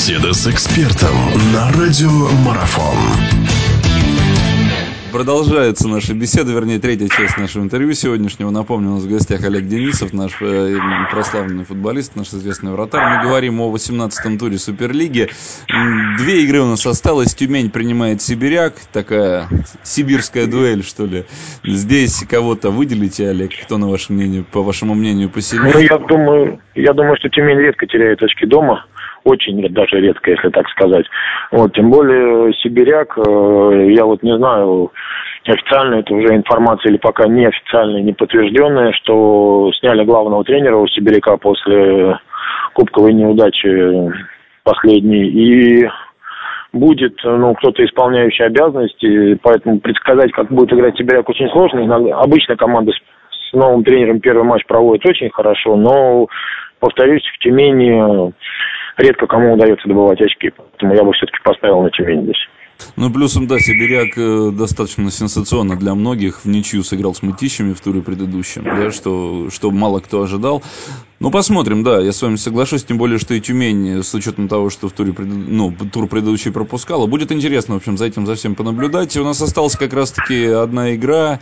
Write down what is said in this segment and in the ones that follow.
Беседа с экспертом на радио Марафон. Продолжается наша беседа, вернее, третья часть нашего интервью сегодняшнего. Напомню, у нас в гостях Олег Денисов, наш прославленный футболист, наш известный вратарь. Мы говорим о 18-м туре Суперлиги. 2 игры у нас осталось. Тюмень принимает Сибиряк. Такая сибирская дуэль, что ли. Здесь кого-то выделите, Олег? Кто, на ваше мнение, по вашему мнению, посильнее? Я думаю, что Тюмень редко теряет очки дома. Очень даже редко, если так сказать. Тем более Сибиряк, я не знаю, официально это уже информация или пока не официальная, не подтвержденная, что сняли главного тренера у Сибиряка после кубковой неудачи последней. И будет, кто-то исполняющий обязанности, поэтому предсказать, как будет играть Сибиряк, очень сложно. Обычно команда с новым тренером первый матч проводит очень хорошо, но, повторюсь, в Тюмени редко кому удается добывать очки, поэтому я бы все-таки поставил на Тюмень здесь. Плюсом, да, Сибиряк достаточно сенсационно для многих в ничью сыграл с Мытищами в туре предыдущем, да, что мало кто ожидал. Посмотрим, да, я с вами соглашусь, тем более, что и Тюмень, с учетом того, что в туре тур предыдущий пропускала. Будет интересно, в общем, за этим, за всем понаблюдать. У нас осталась как раз-таки одна игра,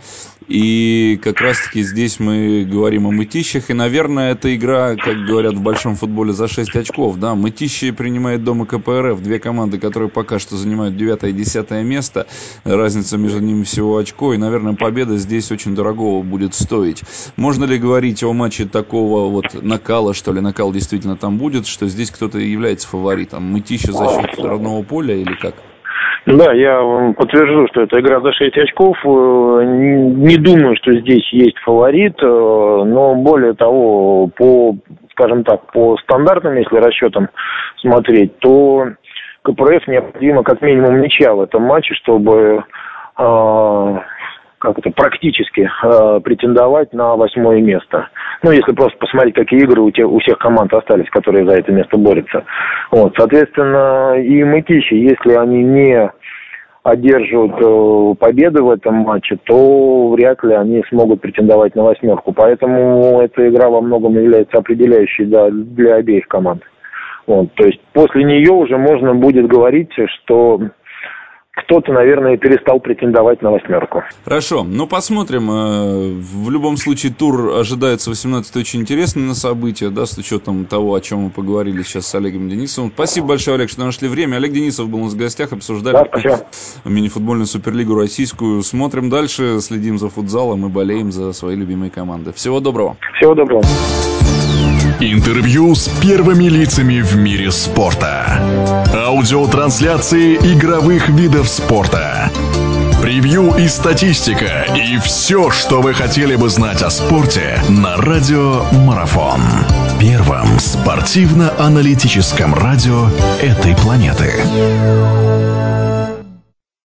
и как раз-таки здесь мы говорим о Мытищах, и, наверное, эта игра, как говорят в большом футболе, за 6 очков, да. Мытищи принимает дома КПРФ, 2 команды, которые пока что занимают 9 и 10 место, разница между ними всего очко, и, наверное, победа здесь очень дорогого будет стоить. Можно ли говорить о матче такого накала, что ли, накал действительно там будет, что здесь кто-то является фаворитом? Мытищи за счет родного поля или как? Да, я подтвержу, что это игра за 6 очков. Не думаю, что здесь есть фаворит, но более того, по стандартным, если расчетам смотреть, то КПРФ необходимо как минимум ничья в этом матче, чтобы практически претендовать на 8 место. Если просто посмотреть, какие игры у всех команд остались, которые за это место борются. Соответственно, и Мытищи, если они не одерживают победы в этом матче, то вряд ли они смогут претендовать на 8. Поэтому эта игра во многом является определяющей для обеих команд. То есть после нее уже можно будет говорить, что кто-то, наверное, перестал претендовать на 8. Хорошо, посмотрим. В любом случае, тур ожидается 18-й очень интересный событие, да, с учетом того, о чем мы поговорили сейчас с Олегом Денисовым. Спасибо большое, Олег, что нашли время. Олег Денисов был у нас в гостях, обсуждали мини-футбольную суперлигу российскую. Смотрим дальше, следим за футзалом и болеем за свои любимые команды. Всего доброго. Всего доброго. Интервью с первыми лицами в мире спорта. Аудиотрансляции игровых видов спорта. Превью и статистика. И все, что вы хотели бы знать о спорте на радио Марафон. Первом спортивно-аналитическом радио этой планеты.